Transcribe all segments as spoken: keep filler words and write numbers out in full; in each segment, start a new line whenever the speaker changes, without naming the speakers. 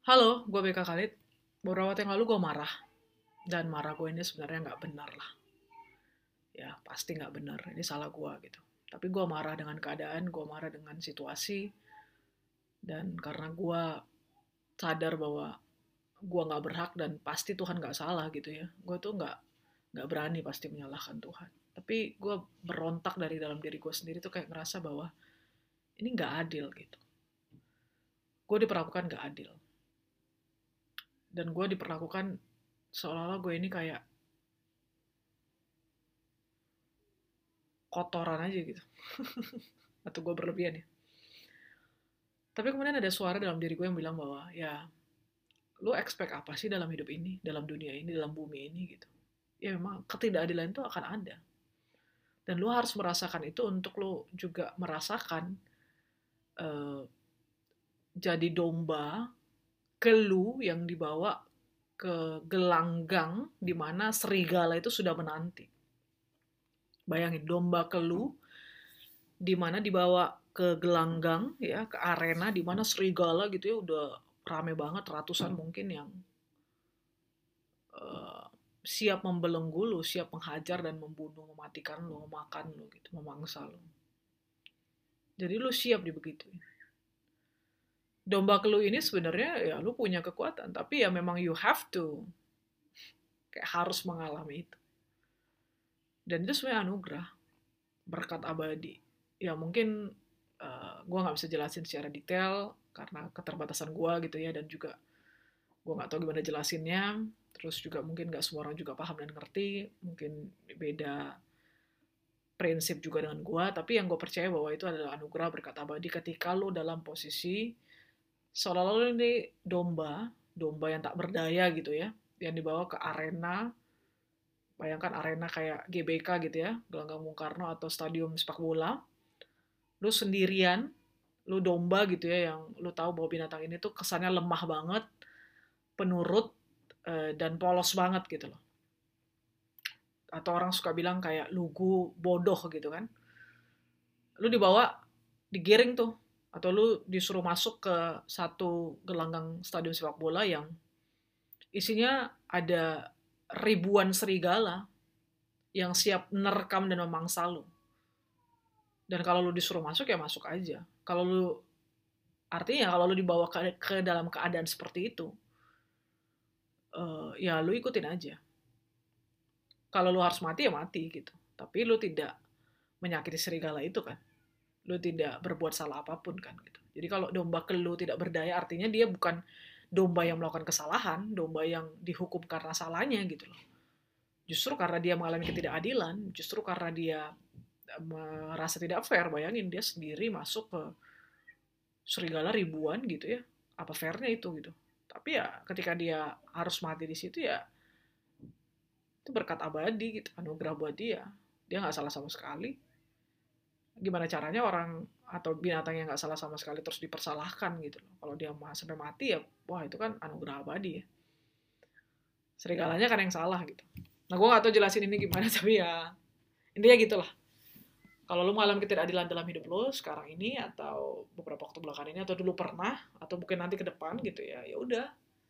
Halo, gue Beka Khalid. Beberapa waktu yang lalu gue marah. Dan marah gue ini sebenarnya nggak benar lah. Ya, pasti nggak benar. Ini salah gue gitu. Tapi gue marah dengan keadaan, gue marah dengan situasi. Dan karena gue sadar bahwa gue nggak berhak dan pasti Tuhan nggak salah gitu ya. Gue tuh nggak nggak berani pasti menyalahkan Tuhan. Tapi gue berontak dari dalam diri gue sendiri tuh kayak ngerasa bahwa ini nggak adil gitu. Gue diperlakukan nggak adil. Dan gue diperlakukan seolah-olah gue ini kayak kotoran aja gitu. Atau gue berlebihan ya. Tapi kemudian ada suara dalam diri gue yang bilang bahwa ya lu expect apa sih dalam hidup ini, dalam dunia ini, dalam bumi ini gitu. Ya memang ketidakadilan itu akan ada. Dan lu harus merasakan itu untuk lu juga merasakan uh, jadi domba ke lu yang dibawa ke gelanggang di mana serigala itu sudah menanti. Bayangin domba ke lu di mana dibawa ke gelanggang ya, ke arena di mana serigala gitu ya udah rame banget, ratusan mungkin yang uh, siap membelenggu lu, siap menghajar dan membunuh, mematikan lu, memakan lu gitu, memangsa lu. Jadi lu siap dibegituin. Domba kelu ini sebenarnya ya lu punya kekuatan, tapi ya memang you have to kayak harus mengalami itu. Dan itu sebenarnya anugerah, berkat abadi. Ya mungkin uh, gue nggak bisa jelasin secara detail karena keterbatasan gue gitu ya, dan juga gue nggak tahu gimana jelasinnya. Terus juga mungkin nggak semua orang juga paham dan ngerti, mungkin beda prinsip juga dengan gue. Tapi yang gue percaya bahwa itu adalah anugerah berkat abadi ketika lo dalam posisi seolah-olah lo ini domba, domba yang tak berdaya gitu ya, yang dibawa ke arena. Bayangkan arena kayak G B K gitu ya, Gelanggang Bung Karno atau stadium sepak bola. Lu sendirian, lu domba gitu ya, yang lu tahu bahwa binatang ini tuh kesannya lemah banget, penurut, dan polos banget gitu loh. Atau orang suka bilang kayak lugu, bodoh gitu kan. Lu dibawa, digiring tuh, atau lu disuruh masuk ke satu gelanggang stadion sepak bola yang isinya ada ribuan serigala yang siap menerkam dan memangsa lu. Dan kalau lu disuruh masuk ya masuk aja. Kalau lu artinya kalau lu dibawa ke, ke dalam keadaan seperti itu, uh, ya lu ikutin aja. Kalau lu harus mati ya mati gitu. Tapi lu tidak menyakiti serigala itu kan. Lu tidak berbuat salah apapun kan gitu. Jadi kalau domba kelu tidak berdaya artinya dia bukan domba yang melakukan kesalahan, domba yang dihukum karena salahnya gitu loh. Justru karena dia mengalami ketidakadilan, justru karena dia merasa tidak fair, bayangin dia sendiri masuk ke serigala ribuan gitu ya, apa fairnya itu gitu. Tapi ya ketika dia harus mati di situ ya itu berkat abadi gitu, anugerah buat dia. Dia nggak salah sama sekali. Gimana caranya orang atau binatang yang nggak salah sama sekali terus dipersalahkan gitu loh. Kalau dia sampai mati ya, wah itu kan anugerah abadi ya. Serigalanya kan yang salah gitu. Nah gue nggak tahu jelasin ini gimana, tapi ya intinya gitulah. Kalau lu mengalami ketidakadilan dalam hidup lu sekarang ini atau beberapa waktu belakangan ini atau dulu pernah atau mungkin nanti ke depan gitu ya, ya udah.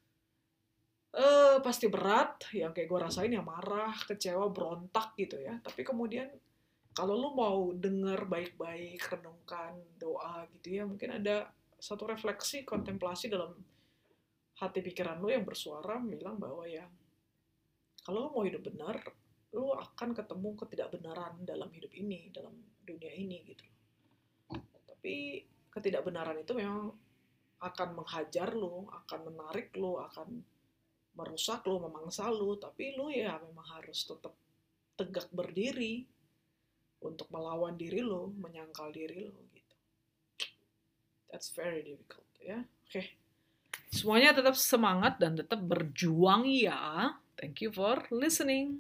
Eh pasti berat, yang kayak gue rasain ya marah, kecewa, berontak gitu ya. Tapi kemudian kalau lu mau denger baik-baik, renungkan, doa gitu ya, mungkin ada satu refleksi, kontemplasi dalam hati pikiran lu yang bersuara bilang bahwa ya kalau lu mau hidup benar, lu akan ketemu ketidakbenaran dalam hidup ini, dalam dunia ini gitu. Tapi ketidakbenaran itu memang akan menghajar lu, akan menarik lu, akan merusak lu, memangsa lu, tapi lu ya memang harus tetap tegak berdiri untuk melawan diri lu, menyangkal diri lu gitu. That's very difficult ya. Oke. Okay. Semuanya tetap semangat dan tetap berjuang ya. Thank you for listening.